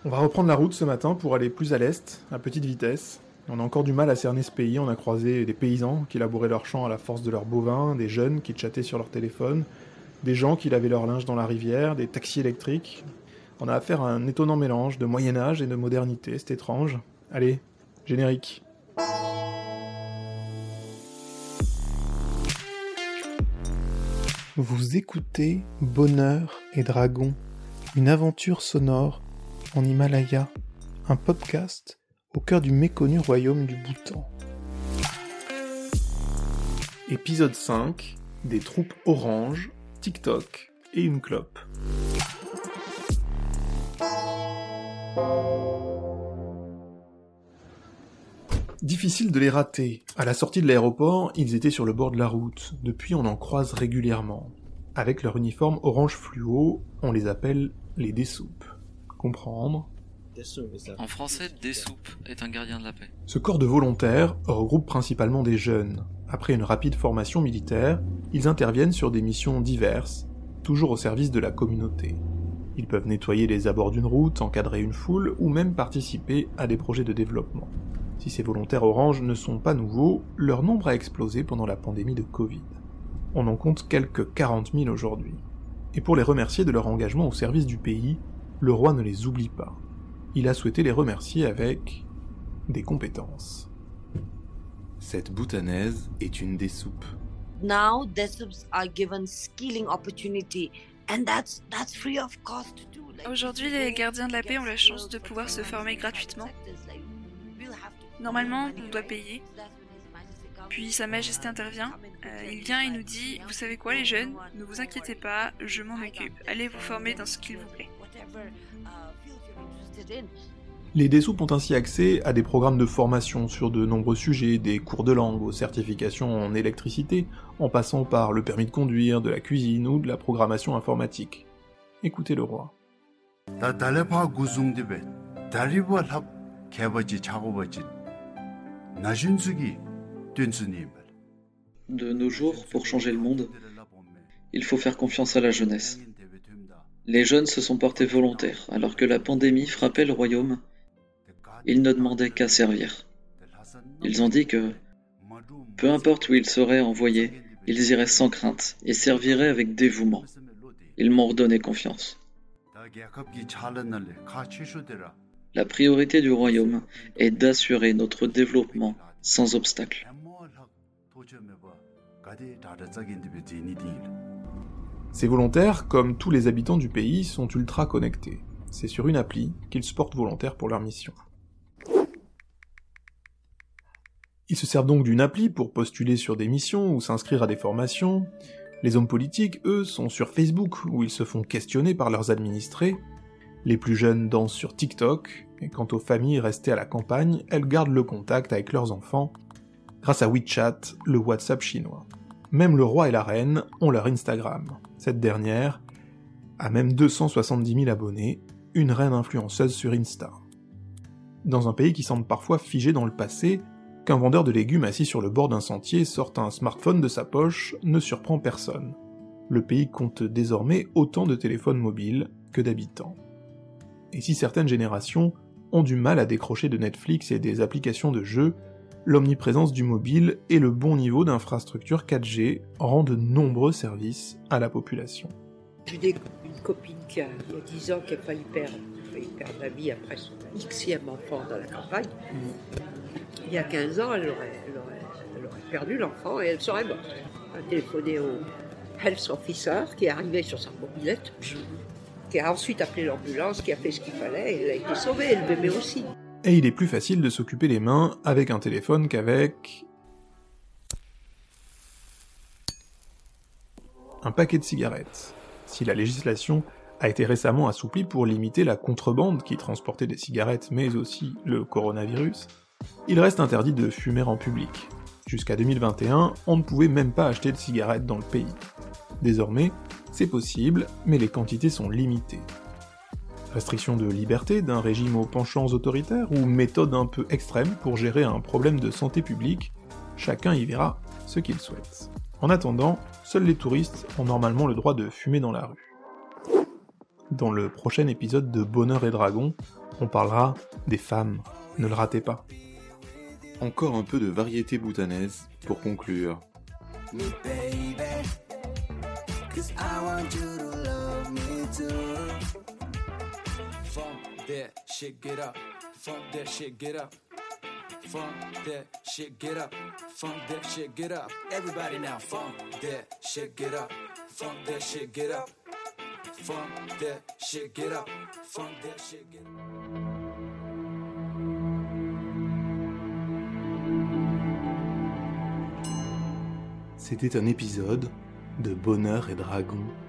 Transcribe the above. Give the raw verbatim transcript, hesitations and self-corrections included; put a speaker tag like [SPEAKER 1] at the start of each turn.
[SPEAKER 1] On va reprendre la route ce matin pour aller plus à l'est, à petite vitesse. On a encore du mal à cerner ce pays, on a croisé des paysans qui labouraient leurs champs à la force de leurs bovins, des jeunes qui chattaient sur leur téléphone, des gens qui lavaient leur linge dans la rivière, des taxis électriques. On a affaire à un étonnant mélange de Moyen-Âge et de modernité, c'est étrange. Allez, générique. Vous écoutez Bonheur et Dragon, une aventure sonore en Himalaya, un podcast au cœur du méconnu royaume du Bhoutan. Épisode cinq, des troupes oranges, TikTok et une clope. Difficile de les rater. À la sortie de l'aéroport, ils étaient sur le bord de la route. Depuis, on en croise régulièrement. Avec leur uniforme orange fluo, on les appelle les Dessoupes. Comprendre.
[SPEAKER 2] En français, Dessoupe est un gardien de la paix.
[SPEAKER 1] Ce corps de volontaires regroupe principalement des jeunes. Après une rapide formation militaire, ils interviennent sur des missions diverses, toujours au service de la communauté. Ils peuvent nettoyer les abords d'une route, encadrer une foule, ou même participer à des projets de développement. Si ces volontaires orange ne sont pas nouveaux, leur nombre a explosé pendant la pandémie de Covid. On en compte quelques quarante mille aujourd'hui. Et pour les remercier de leur engagement au service du pays, le roi ne les oublie pas. Il a souhaité les remercier avec des compétences. Cette Bhoutanaise est une Dessoupes.
[SPEAKER 3] Now Dessoupes are given skilling opportunity and that's that's free of cost too.
[SPEAKER 4] Aujourd'hui, les gardiens de la paix ont la chance de pouvoir se former gratuitement. Normalement, on doit payer. Puis Sa Majesté intervient, euh, il vient et nous dit « Vous savez quoi les jeunes, ne vous inquiétez pas, je m'en occupe. Allez vous former dans ce qu'il vous plaît. »
[SPEAKER 1] Les Dessoupes ont ainsi accès à des programmes de formation sur de nombreux sujets, des cours de langue aux certifications en électricité, en passant par le permis de conduire, de la cuisine ou de la programmation informatique. Écoutez le roi.
[SPEAKER 2] De nos jours, pour changer le monde, il faut faire confiance à la jeunesse. Les jeunes se sont portés volontaires, alors que la pandémie frappait le royaume. Ils ne demandaient qu'à servir. Ils ont dit que, peu importe où ils seraient envoyés, ils iraient sans crainte et serviraient avec dévouement. Ils m'ont redonné confiance. La priorité du royaume est d'assurer notre développement sans obstacle.
[SPEAKER 1] Ces volontaires, comme tous les habitants du pays, sont ultra connectés. C'est sur une appli qu'ils se portent volontaires pour leur mission. Ils se servent donc d'une appli pour postuler sur des missions ou s'inscrire à des formations. Les hommes politiques, eux, sont sur Facebook, où ils se font questionner par leurs administrés. Les plus jeunes dansent sur TikTok, et quant aux familles restées à la campagne, elles gardent le contact avec leurs enfants, grâce à WeChat, le WhatsApp chinois. Même le roi et la reine ont leur Instagram. Cette dernière a même deux cent soixante-dix mille abonnés, une reine influenceuse sur Insta. Dans un pays qui semble parfois figé dans le passé, qu'un vendeur de légumes assis sur le bord d'un sentier sorte un smartphone de sa poche ne surprend personne. Le pays compte désormais autant de téléphones mobiles que d'habitants. Et si certaines générations ont du mal à décrocher de Netflix et des applications de jeux, l'omniprésence du mobile et le bon niveau d'infrastructure quatre G rendent de nombreux services à la population.
[SPEAKER 5] J'ai une copine qui a, il y a dix ans qui a failli perdre, failli perdre la vie après son Xème enfant dans la campagne. Il y a quinze ans, elle aurait, elle aurait, elle aurait perdu l'enfant et elle serait morte. Elle a téléphoné au health officer qui est arrivé sur sa mobilette, qui a ensuite appelé l'ambulance, qui a fait ce qu'il fallait et elle a été sauvée, le bébé aussi.
[SPEAKER 1] Et il est plus facile de s'occuper les mains avec un téléphone qu'avec un paquet de cigarettes. Si la législation a été récemment assouplie pour limiter la contrebande qui transportait des cigarettes mais aussi le coronavirus, il reste interdit de fumer en public. Jusqu'à deux mille vingt et un, on ne pouvait même pas acheter de cigarettes dans le pays. Désormais, c'est possible, mais les quantités sont limitées. Restriction de liberté d'un régime aux penchants autoritaires ou méthode un peu extrême pour gérer un problème de santé publique, chacun y verra ce qu'il souhaite. En attendant, seuls les touristes ont normalement le droit de fumer dans la rue. Dans le prochain épisode de Bonheur et Dragon, On parlera des femmes, ne le ratez pas.
[SPEAKER 6] Encore un peu de variété boutanaise pour conclure.
[SPEAKER 1] C'était un épisode de Bonheur et Dragon